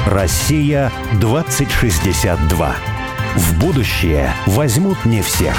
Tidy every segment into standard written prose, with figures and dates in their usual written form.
Россия 2062. В будущее возьмут не всех.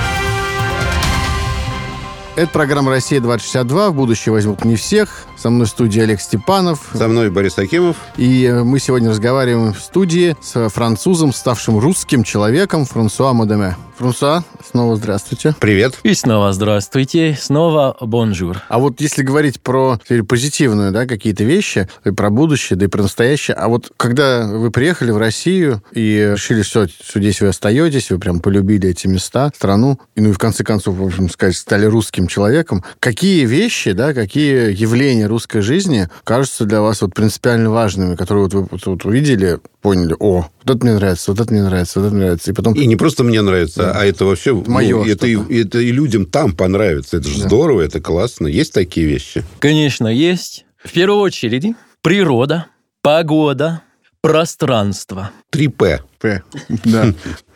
Это программа «Россия-2062». В будущее возьмут не всех. Со мной в студии Олег Степанов. Со мной Борис Акимов. И мы сегодня разговариваем в студии с французом, ставшим русским человеком Франсуа Модеме. Франсуа, снова здравствуйте. Привет. И снова здравствуйте, снова бонжур. А вот если говорить про позитивные, да, какие-то вещи, и про будущее, да и про настоящее, а вот когда вы приехали в Россию и решили, что здесь вы остаетесь, вы прям полюбили эти места, страну, и в конце концов, в общем сказать, стали русским человеком, какие вещи, да, какие явления русской жизни кажутся для вас принципиально важными, которые вы увидели, поняли, вот это мне нравится, вот это мне нравится, вот это мне нравится. И не просто мне нравится, а это вообще... Моё это и людям там понравится. Это же здорово, это классно. Есть такие вещи? Конечно, есть. В первую очередь, природа, погода, пространство. 3П. Да.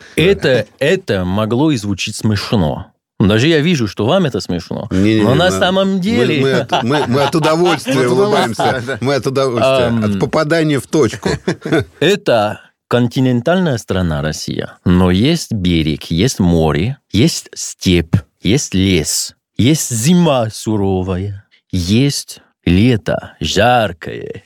Это могло и звучить смешно. Даже я вижу, что вам это смешно. Но на самом деле... Мы от удовольствия улыбаемся. Мы от удовольствия. От попадания в точку. Это континентальная страна Россия. Но есть берег, есть море, есть степь, есть лес, есть зима суровая, есть лето жаркое,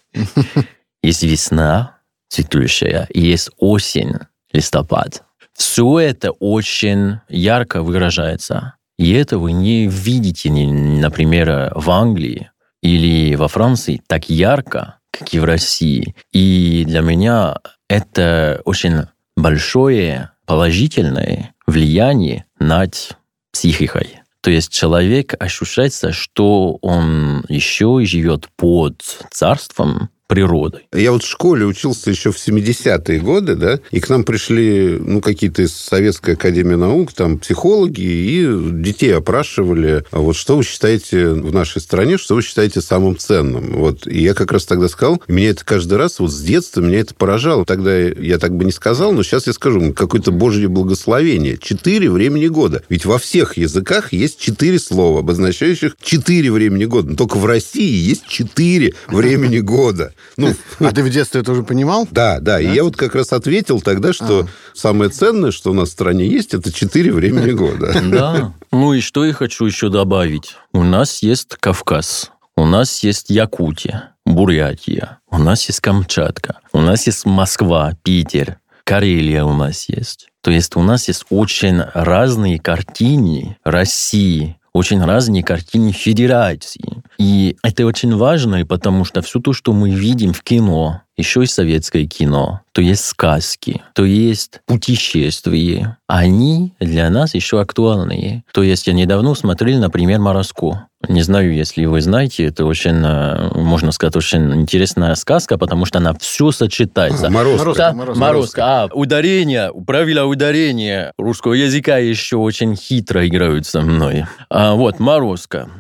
есть весна цветущая, и есть осень, листопад. Все это очень ярко выражается. И это вы не видите, например, в Англии или во Франции так ярко, как и в России. И для меня это очень большое положительное влияние над психикой. То есть человек ощущается, что он еще живет под царством природы. Я в школе учился еще в 70-е годы, да, и к нам пришли, какие-то из Советской академии наук, там, психологи, и детей опрашивали, что вы считаете в нашей стране, что вы считаете самым ценным. И я как раз тогда сказал, меня это каждый раз, с детства меня это поражало. Тогда я так бы не сказал, но сейчас я скажу, какое-то божье благословение. 4 времени года. Ведь во всех языках есть 4 слова, обозначающих 4 времени года. Но только в России есть 4 времени года. А ты в детстве это уже понимал? Да. И я как раз ответил тогда, что самое ценное, что у нас в стране есть, это 4 времени года. Да. И что я хочу еще добавить. У нас есть Кавказ, у нас есть Якутия, Бурятия, у нас есть Камчатка, у нас есть Москва, Питер, Карелия у нас есть. То есть у нас есть очень разные картины России, очень разные картины федерации. И это очень важно, потому что все то, что мы видим в кино, еще и советское кино, то есть сказки, то есть путешествия, они для нас еще актуальные. То есть я недавно смотрел, например, «Морозко». Не знаю, если вы знаете, это очень, можно сказать, очень интересная сказка, потому что она все сочетается. Морозко. Ударение, правила ударения русского языка еще очень хитро играют со мной. «Морозко».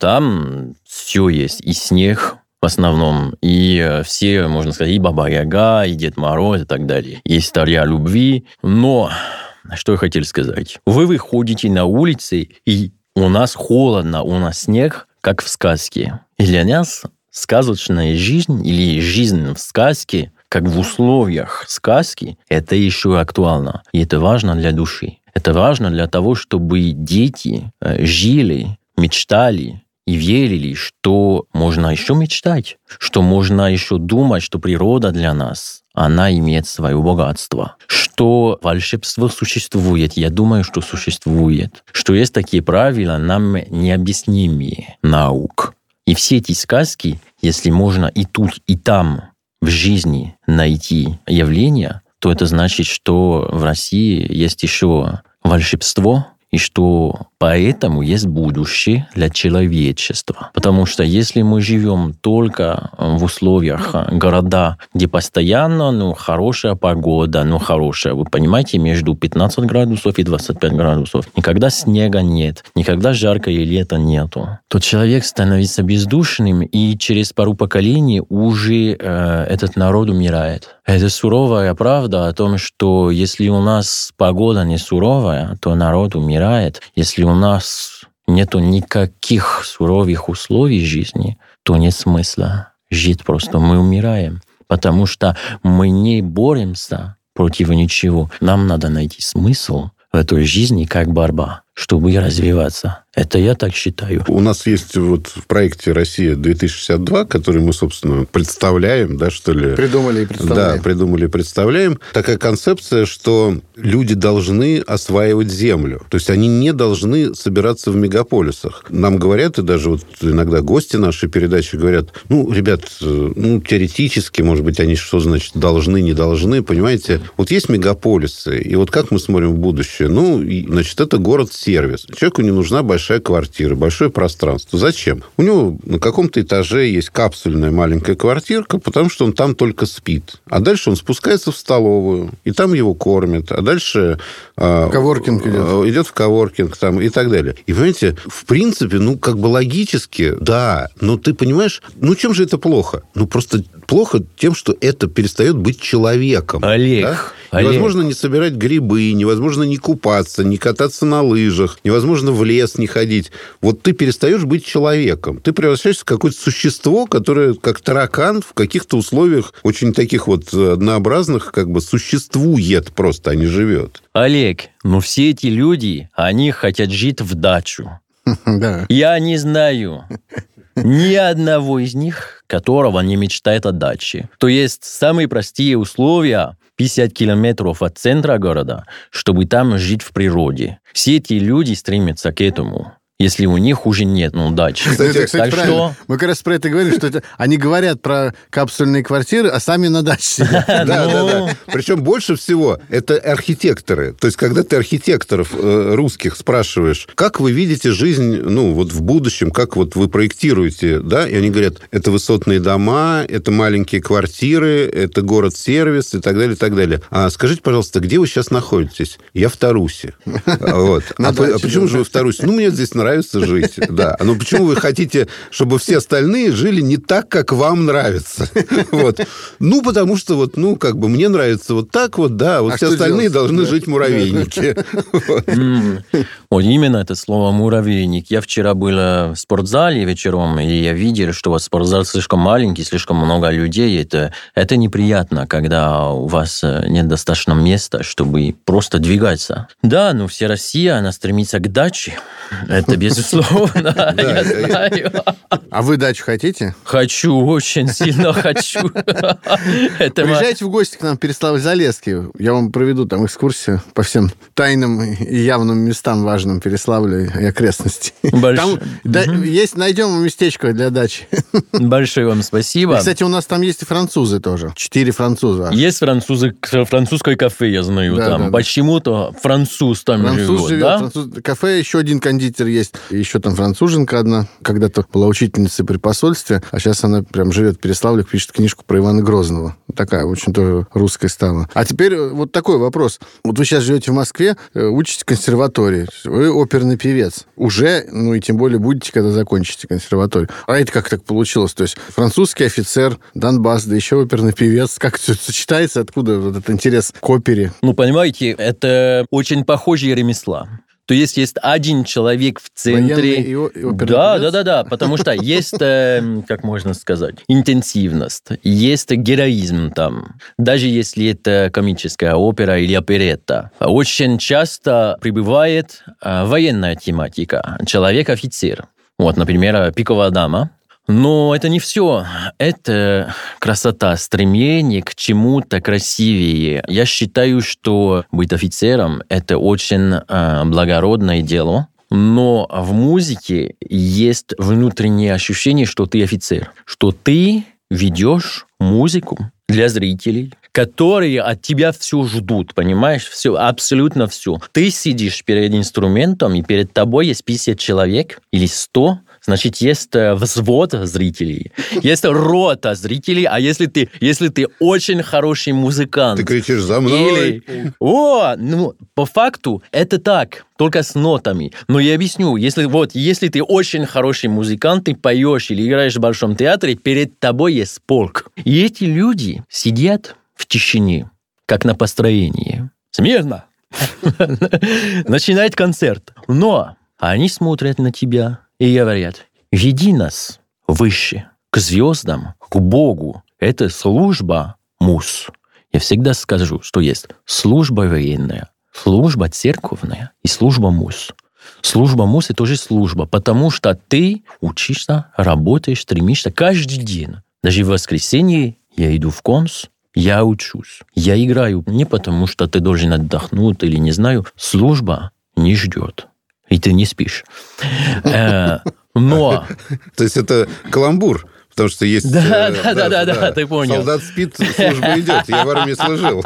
Там все есть, и снег, в основном, и все, можно сказать, и Баба Яга, и Дед Мороз, и так далее. Есть история любви. Но, что я хотел сказать. Вы выходите на улицы, и у нас холодно, у нас снег, как в сказке. И для нас сказочная жизнь или жизнь в сказке, как в условиях сказки, это еще актуально. И это важно для души. Это важно для того, чтобы дети жили, мечтали, и верили, что можно еще мечтать, что можно еще думать, что природа для нас, она имеет свое богатство, что волшебство существует, я думаю, что существует, что есть такие правила, нам необъяснимые наук. И все эти сказки, если можно и тут, и там в жизни найти явления, то это значит, что в России есть еще волшебство, и что поэтому есть будущее для человечества. Потому что если мы живем только в условиях города, где постоянно хорошая погода, вы понимаете, между 15 градусов и 25 градусов, никогда снега нет, никогда жаркое лето нету, то человек становится бездушным, и через пару поколений уже этот народ умирает. Это суровая правда о том, что если у нас погода не суровая, то народ умирает. Если у нас нету никаких суровых условий жизни, то нет смысла жить, просто мы умираем. потому что мы не боремся против ничего. Нам надо найти смысл в этой жизни как борьба, чтобы развиваться. Это я так считаю. У нас есть вот в проекте «Россия-2062», который мы, собственно, представляем, да, что ли? Придумали и представляем. Да, придумали и представляем. Такая концепция, что люди должны осваивать землю. То есть они не должны собираться в мегаполисах. Нам говорят, и даже вот иногда гости нашей передачи говорят, ребят, теоретически, может быть, они что значит должны, не должны, понимаете? Вот есть мегаполисы, и вот как мы смотрим в будущее? Значит, это город-сервис. Человеку не нужна большая квартира, большое пространство. Зачем? У него на каком-то этаже есть капсульная маленькая квартирка, потому что он там только спит. А дальше он спускается в столовую, и там его кормят. А дальше... Коворкинг идет. Идет в коворкинг там, и так далее. И, понимаете, в принципе, логически, да, но ты понимаешь, чем же это плохо? Просто плохо тем, что это перестает быть человеком. Олег, да? Невозможно не собирать грибы, невозможно не купаться, не кататься на лыжах, невозможно в лес не ходить. Вот ты перестаешь быть человеком. Ты превращаешься в какое-то существо, которое, как таракан, в каких-то условиях очень таких вот однообразных, существует просто, а не живет. Олег, все эти люди, они хотят жить в дачу. Да. Я не знаю ни одного из них, которого не мечтает о даче. То есть самые простые условия 50 километров от центра города, чтобы там жить в природе. Все эти люди стремятся к этому, если у них уже нет дачи. Кстати, так правильно. что... Мы как раз про это говорим, что они говорят про капсульные квартиры, а сами на даче сидят. Да. Причем больше всего это архитекторы. То есть, когда ты архитекторов русских спрашиваешь, как вы видите жизнь, в будущем, как вы проектируете, да, и они говорят, это высотные дома, это маленькие квартиры, это город-сервис и так далее, и так далее. А скажите, пожалуйста, где вы сейчас находитесь? Я в Тарусе. А почему же вы в Тарусе? Мне здесь нравится жить, да. Но почему вы хотите, чтобы все остальные жили не так, как вам нравится? Потому что мне нравится вот так вот, да, все остальные должны жить в муравейнике. Именно это слово «муравейник». Я вчера был в спортзале вечером, и я видел, что спортзал слишком маленький, слишком много людей. Это неприятно, когда у вас нет достаточно места, чтобы просто двигаться. Да, вся Россия, она стремится к даче. Это безусловно, я знаю. А вы дачу хотите? Хочу, очень сильно хочу. Приезжайте в гости к нам в Переславль-Залесский. Я вам проведу там экскурсию по всем тайным и явным местам важным Переславля и окрестностей. Там найдем местечко для дачи. Большое вам спасибо. И, кстати, у нас там есть и французы тоже. 4 француза. Есть французское кафе, я знаю, там. Почему-то француз там живет, да? Кафе, еще один кондитер есть. И еще там француженка одна. Когда-то была учительницей при посольстве, а сейчас она прям живет в Переславле, пишет книжку про Ивана Грозного. Такая очень тоже русская стала. А теперь вот такой вопрос. Вот вы сейчас живете в Москве, учитесь в консерватории. Вы оперный певец. Уже, и тем более будете, когда закончите консерваторию. А это как так получилось? То есть французский офицер, Донбасс, да еще оперный певец. Как все сочетается? Откуда вот этот интерес к опере? Понимаете, это очень похожие ремесла. То есть один человек в центре. Да, потому что есть, как можно сказать, интенсивность, есть героизм там. Даже если это комическая опера или оперетта. Очень часто прибывает военная тематика. Человек-офицер. Например, «Пиковая дама». Но это не все. Это красота, стремление к чему-то красивее. Я считаю, что быть офицером – это очень благородное дело. Но в музыке есть внутреннее ощущение, что ты офицер. Что ты ведешь музыку для зрителей, которые от тебя все ждут, понимаешь? Все, абсолютно все. Ты сидишь перед инструментом, и перед тобой есть 50 человек или 100. Значит, есть взвод зрителей, есть рота зрителей, а если ты очень хороший музыкант... Ты кричишь «За мной!» по факту это так, только с нотами. Но я объясню, если ты очень хороший музыкант, ты поешь или играешь в Большом театре, перед тобой есть полк. И эти люди сидят в тишине, как на построении. Смирно! Начинает концерт. Но они смотрят на тебя и говорят: веди нас выше, к звездам, к Богу. Это служба МУС. Я всегда скажу, что есть служба военная, служба церковная и служба МУС. Служба МУС – это тоже служба, потому что ты учишься, работаешь, стремишься каждый день. Даже в воскресенье я иду в конс, я учусь. Я играю не потому, что ты должен отдохнуть или не знаю. Служба не ждет. И ты не спишь. Но... То есть это каламбур. Потому что есть... Да, ты понял. Солдат спит, служба идет. Я в армии служил.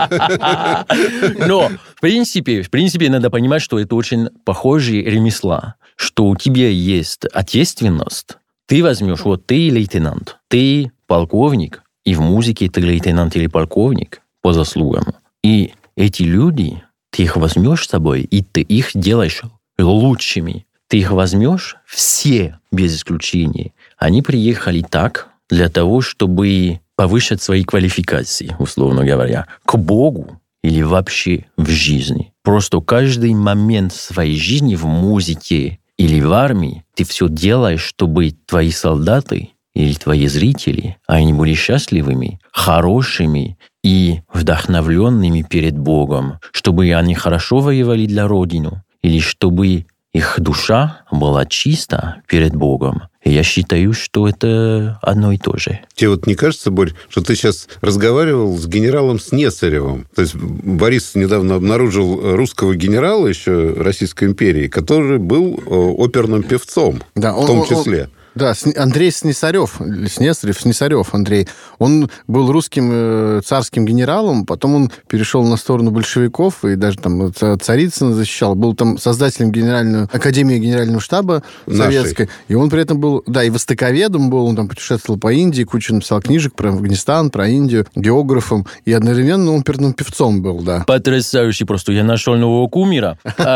Но, в принципе, надо понимать, что это очень похожие ремесла. Что у тебя есть ответственность. Ты возьмешь, вот ты лейтенант, ты полковник, и в музыке ты лейтенант или полковник по заслугам. И эти люди, ты их возьмешь с собой, и ты их делаешь лучшими. Ты их возьмешь, все, без исключения. Они приехали так, для того, чтобы повышать свои квалификации, условно говоря, к Богу или вообще в жизни. Просто каждый момент своей жизни в музыке или в армии ты все делаешь, чтобы твои солдаты или твои зрители, они были счастливыми, хорошими и вдохновленными перед Богом, чтобы они хорошо воевали для Родину, или чтобы их душа была чиста перед Богом. И я считаю, что это одно и то же. Тебе вот не кажется, Борь, что ты сейчас разговаривал с генералом Снесаревым? То есть Борис недавно обнаружил русского генерала еще Российской империи, который был оперным певцом, да, в том числе. Да, Андрей Снесарев, Снесарев Андрей, он был русским царским генералом, потом он перешел на сторону большевиков и даже там Царицына защищал, был там создателем Академии Генерального штаба советской, нашей. И он при этом был, да, и востоковедом был, он там путешествовал по Индии, кучу написал книжек про Афганистан, про Индию, географом, и одновременно оперным певцом был, да. Потрясающе просто, я нашел нового кумира.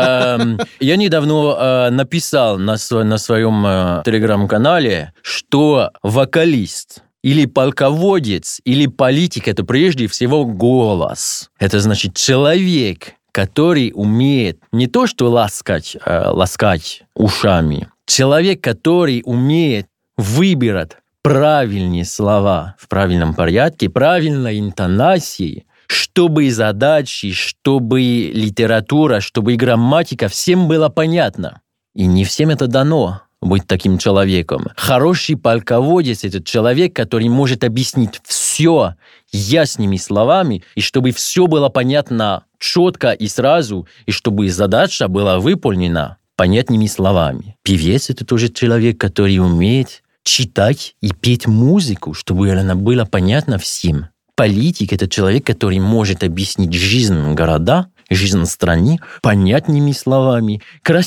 Я недавно написал на своем телеграм-канале, что вокалист или полководец, или политик – это прежде всего голос. Это значит человек, который умеет не то что ласкать ушами, человек, который умеет выбирать правильные слова в правильном порядке, правильной интонацией, чтобы задачи, чтобы литература, чтобы грамматика всем было понятно. И не всем это дано. Быть таким человеком. Хороший полководец – это человек, который может объяснить все ясными словами, и чтобы все было понятно четко и сразу, и чтобы задача была выполнена понятными словами. Певец – это тоже человек, который умеет читать и петь музыку, чтобы она была понятна всем. Политик – это человек, который может объяснить жизнь города, жизнь страны понятными словами,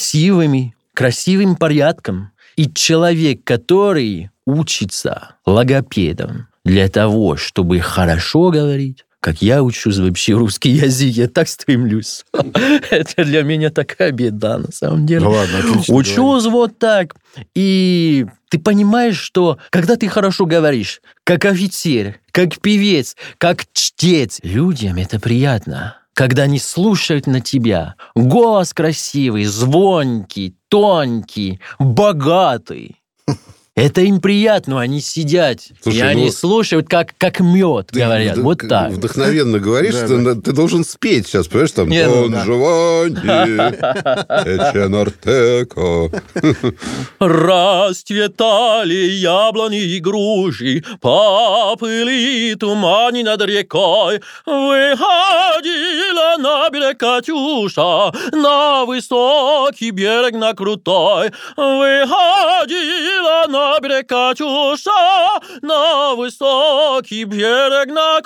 красивым порядком. И человек, который учится логопедом для того, чтобы хорошо говорить, как я учусь вообще русский язык, я так стремлюсь. Это для меня такая беда, на самом деле. Ну ладно, отлично. Учусь вот так. И ты понимаешь, что когда ты хорошо говоришь, как офицер, как певец, как чтец, людям это приятно. Когда они слушают на тебя. Голос красивый, звонкий, тонкий, богатый. Это им приятно, они сидят. Слушай, и они слушают, как мед, говорят. Вот так. Вдохновенно говоришь, что ты должен спеть сейчас, понимаешь, там «Дон Жованни, Эчен Артеко». Расцветали яблони и груши, поплыли тумани над рекой. Выходила на берег Катюша, на высокий берег, на крутой. Выходила на берег Катюша, на высокий берег, на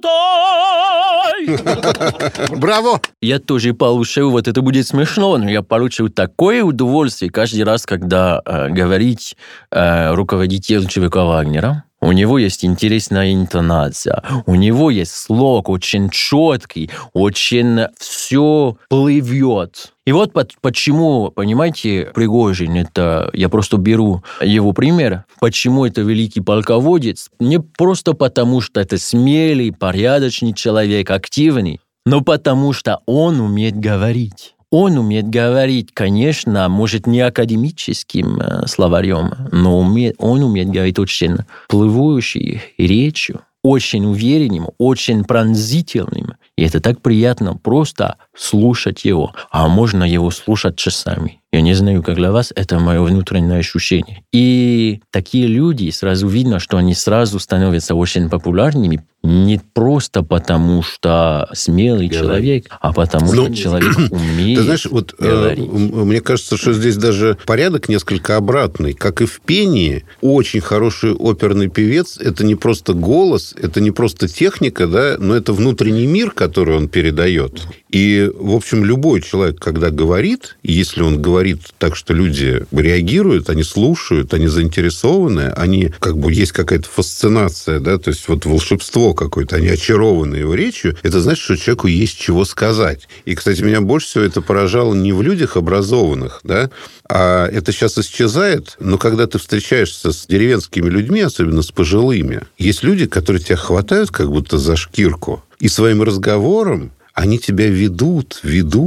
крутой. Браво! Я тоже получил, вот это будет смешно, но я получил такое удовольствие каждый раз, когда говорит руководитель ЧВК Вагнера. У него есть интересная интонация, у него есть слог очень четкий, очень все плывет. И вот почему, понимаете, Пригожин, это я просто беру его пример, почему это великий полководец, не просто потому, что это смелый, порядочный человек, активный, но потому что он умеет говорить. Он умеет говорить, конечно, может, не академическим словарем, но он умеет говорить очень плывущей речью, очень уверенным, очень пронзительным. И это так приятно просто слушать его. А можно его слушать часами. Я не знаю, как для вас, это мое внутреннее ощущение. И такие люди, сразу видно, что они сразу становятся очень популярными, не просто потому, что смелый человек, а потому, что человек умеет ты знаешь, вот мне кажется, что здесь даже порядок несколько обратный. Как и в пении, очень хороший оперный певец – это не просто голос, это не просто техника, да, но это внутренний мир, который он передает. И, в общем, любой человек, когда говорит, если он говорит так, что люди реагируют, они слушают, они заинтересованы, они, как бы, есть какая-то фасцинация, да, то есть вот волшебство какое-то, они очарованы его речью, это значит, что человеку есть чего сказать. И, кстати, меня больше всего это поражало не в людях образованных, да, а это сейчас исчезает, но когда ты встречаешься с деревенскими людьми, особенно с пожилыми, есть люди, которые тебя хватают как будто за шкирку, и своим разговором они тебя ведут,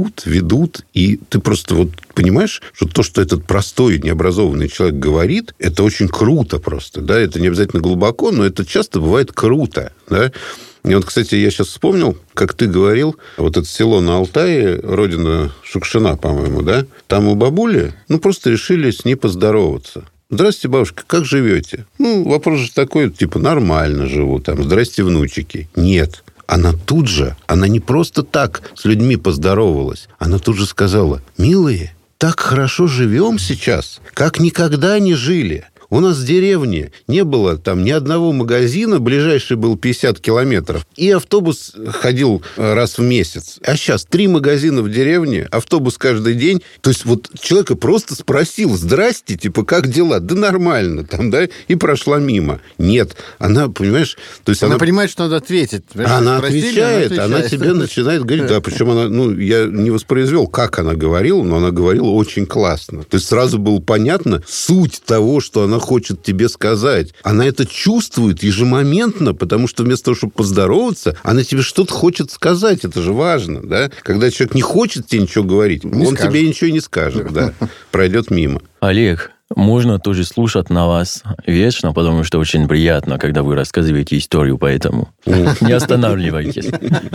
и ты просто вот понимаешь, что то, что этот простой, необразованный человек говорит, это очень круто просто, да, это не обязательно глубоко, но это часто бывает круто, да. И вот, кстати, я сейчас вспомнил, как ты говорил, вот это село на Алтае, родина Шукшина, по-моему, да, там у бабули, просто решили с ней поздороваться. Здравствуйте, бабушка, как живете? Вопрос же такой, типа, нормально живу, там, здрасте, внучики. Нет. Она тут же, она не просто так с людьми поздоровалась. Она тут же сказала: милые, так хорошо живем сейчас, как никогда не жили. У нас в деревне не было там ни одного магазина, ближайший был 50 километров, и автобус ходил раз в месяц. А сейчас 3 магазина в деревне, автобус каждый день. То есть вот человека просто спросил: здрасте, типа, как дела? Да нормально, там, да, и прошла мимо. Нет, она, понимаешь... То есть она понимает, что надо ответить. Она отвечает, она тебе начинает говорить, да, причем она, я не воспроизвел, как она говорила, но она говорила очень классно. То есть сразу было понятно суть того, что она хочет тебе сказать. Она это чувствует ежемоментно, потому что вместо того, чтобы поздороваться, она тебе что-то хочет сказать. Это же важно, да? Когда человек не хочет тебе ничего говорить, он тебе ничего и не скажет, да. Пройдет мимо. Олег, можно тоже слушать на вас вечно, потому что очень приятно, когда вы рассказываете историю, поэтому не останавливайтесь.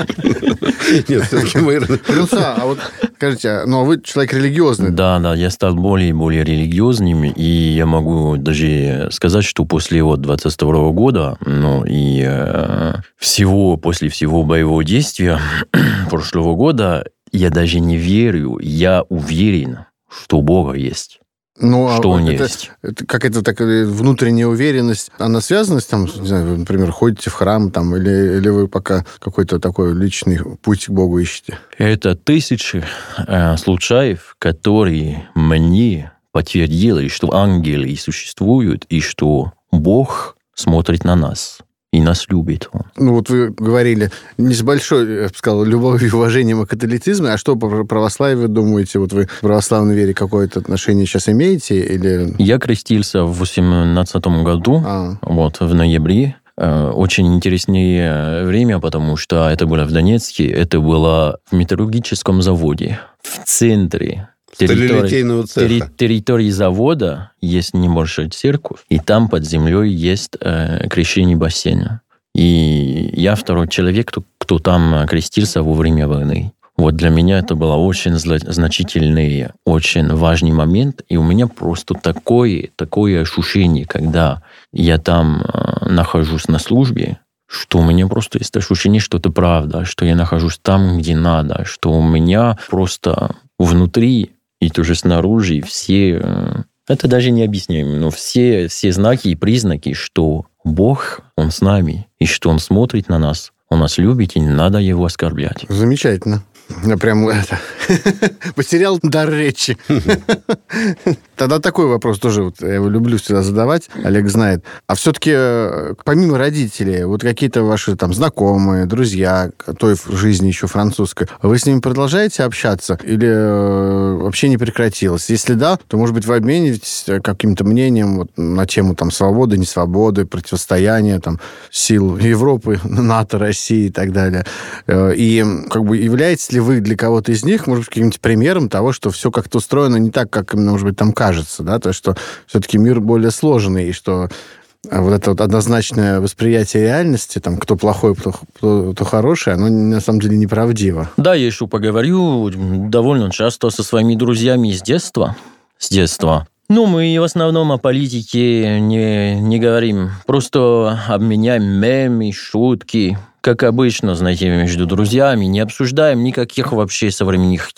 Нет, все-таки мы... А вот скажите, вы человек религиозный? Да, я стал более и более религиозным, и я могу даже сказать, что после 22 года, после всего боевого действия прошлого года, я даже не верю, я уверен, что Бога есть. Что он есть. Это какая-то такая внутренняя уверенность, она связана с тем, не знаю, вы, например, ходите в храм, там, или вы пока какой-то такой личный путь к Богу ищете? Это тысячи случаев, которые мне подтвердили, что ангелы существуют, и что Бог смотрит на нас. И нас любит он. Вот вы говорили не с большой, я бы сказал, любовью и уважением о католицизме, а что по православию думаете? Вот вы к православной вере какое-то отношение сейчас имеете? Или... Я крестился в 18 году, в ноябре. Очень интересное время, потому что это было в Донецке, это было в металлургическом заводе, в центре территории завода есть небольшая церковь, и там под землей есть крещение бассейна. И я второй человек, кто там крестился во время войны. Вот для меня это был очень значительный, очень важный момент. И у меня просто такое ощущение, когда я там нахожусь на службе, что у меня просто есть ощущение, что это правда, что я нахожусь там, где надо, что у меня просто внутри и тоже снаружи все... Это даже не объясняем, но все знаки и признаки, что Бог, Он с нами, и что Он смотрит на нас, Он нас любит, и не надо Его оскорблять. Замечательно. Я прям потерял дар речи. Тогда такой вопрос тоже, я его люблю всегда задавать, Олег знает. А все-таки помимо родителей, вот какие-то ваши там знакомые, друзья, той в жизни еще французской, вы с ними продолжаете общаться или вообще не прекратилось? Если да, то, может быть, вы обмениваетесь каким-то мнением на тему там свободы, несвободы, противостояния там сил Европы, НАТО, России и так далее. И как бы является ли ли вы для кого-то из них, может быть, каким-нибудь примером того, что все как-то устроено не так, как именно, может быть, там кажется, да, то есть, что все-таки мир более сложный, и что вот это вот однозначное восприятие реальности, там, кто плохой, кто хороший, оно на самом деле неправдиво. Да, я еще поговорю довольно часто со своими друзьями с детства. Ну, мы в основном о политике не говорим. Просто обменяем мемы, шутки. Как обычно, знаете, между друзьями. Не обсуждаем никаких вообще современных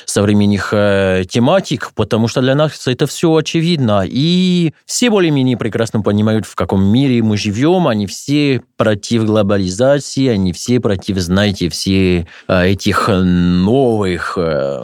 тематик, потому что для нас это все очевидно. И все более-менее прекрасно понимают, в каком мире мы живем. Они все против глобализации, они все против, знаете, все этих новых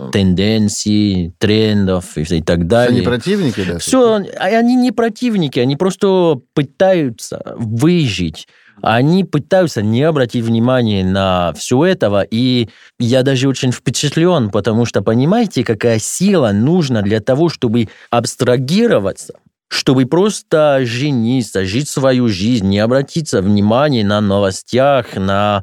тенденций, трендов и так далее. Все не противники, да? Все, они не противники, они просто пытаются выжить. Они пытаются не обратить внимания на все этого, и я даже очень впечатлен, потому что понимаете, какая сила нужна для того, чтобы абстрагироваться, чтобы просто жениться, жить свою жизнь, не обратиться внимания на новостях, на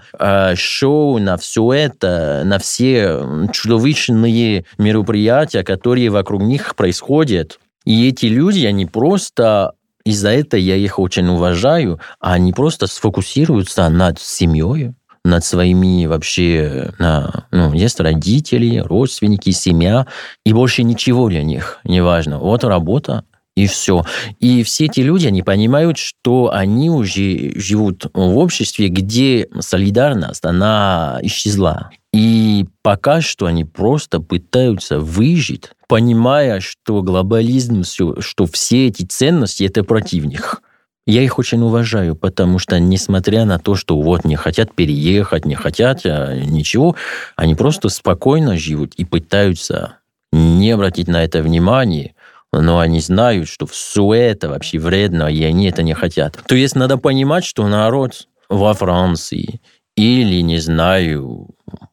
шоу, на все это, на все чудовищные мероприятия, которые вокруг них происходят. И эти люди, они просто... Из-за этого я их очень уважаю, а они просто сфокусируются над семьей, над своими вообще... есть родители, родственники, семья, и больше ничего для них не важно. Вот работа, и все. И все эти люди, они понимают, что они уже живут в обществе, где солидарность, она исчезла. И пока что они просто пытаются выжить, понимая, что глобализм, что все эти ценности – это против них. Я их очень уважаю, потому что, несмотря на то, что вот не хотят переехать, не хотят ничего, они просто спокойно живут и пытаются не обратить на это внимание, но они знают, что все это вообще вредно, и они это не хотят. То есть надо понимать, что народ во Франции или, не знаю,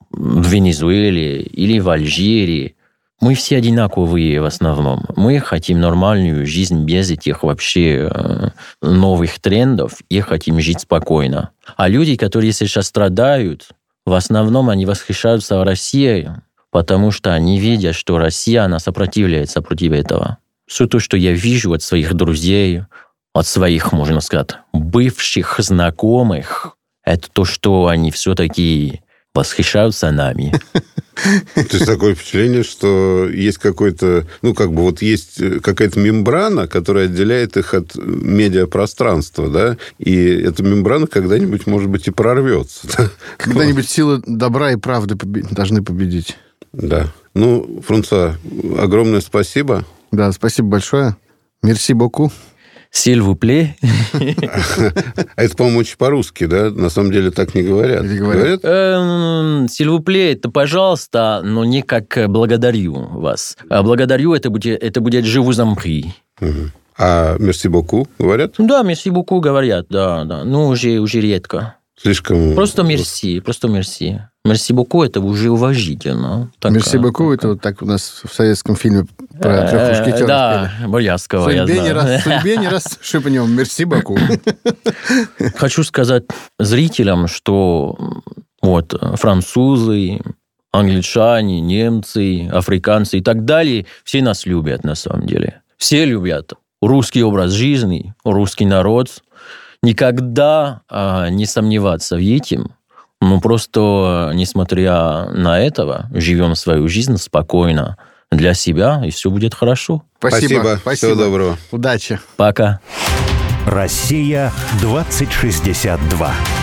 в Венесуэле или в Алжире, мы все одинаковые в основном. Мы хотим нормальную жизнь без этих вообще новых трендов и хотим жить спокойно. А люди, которые сейчас страдают, в основном они восхищаются Россией, потому что они видят, что Россия, она сопротивляется против этого. Все то, что я вижу от своих друзей, от своих, можно сказать, бывших знакомых, это то, что они все-таки восхищаются нами. То есть такое впечатление, что есть какой-то, есть какая-то мембрана, которая отделяет их от медиапространства, да, и эта мембрана когда-нибудь, может быть, и прорвется. Да? Когда-нибудь силы добра и правды должны победить. Да. Франсуа, огромное спасибо. Да, спасибо большое. Merci beaucoup. S'il vous plaît. А это, по-моему, очень по-русски, да? На самом деле так не говорят. Говорят? S'il vous plaît, это пожалуйста, но не как благодарю вас. А благодарю, это будет je vous en prie. А merci beaucoup говорят? Да, merci beaucoup говорят, да. Уже редко. Слишком... Просто merci. Merci beaucoup, это уже уважительно. Merci beaucoup, это вот так у нас в советском фильме про трех мушкетеров. Да, Боярского, я знаю. Судьбе не раз шипнем. Merci beaucoup. Хочу сказать зрителям, что вот французы, англичане, немцы, африканцы и так далее, все нас любят на самом деле. Все любят русский образ жизни, русский народ. Никогда не сомневаться в этом. Просто, несмотря на это, живем свою жизнь спокойно для себя, и все будет хорошо. Спасибо. Всего доброго. Удачи. Пока. Россия 2062.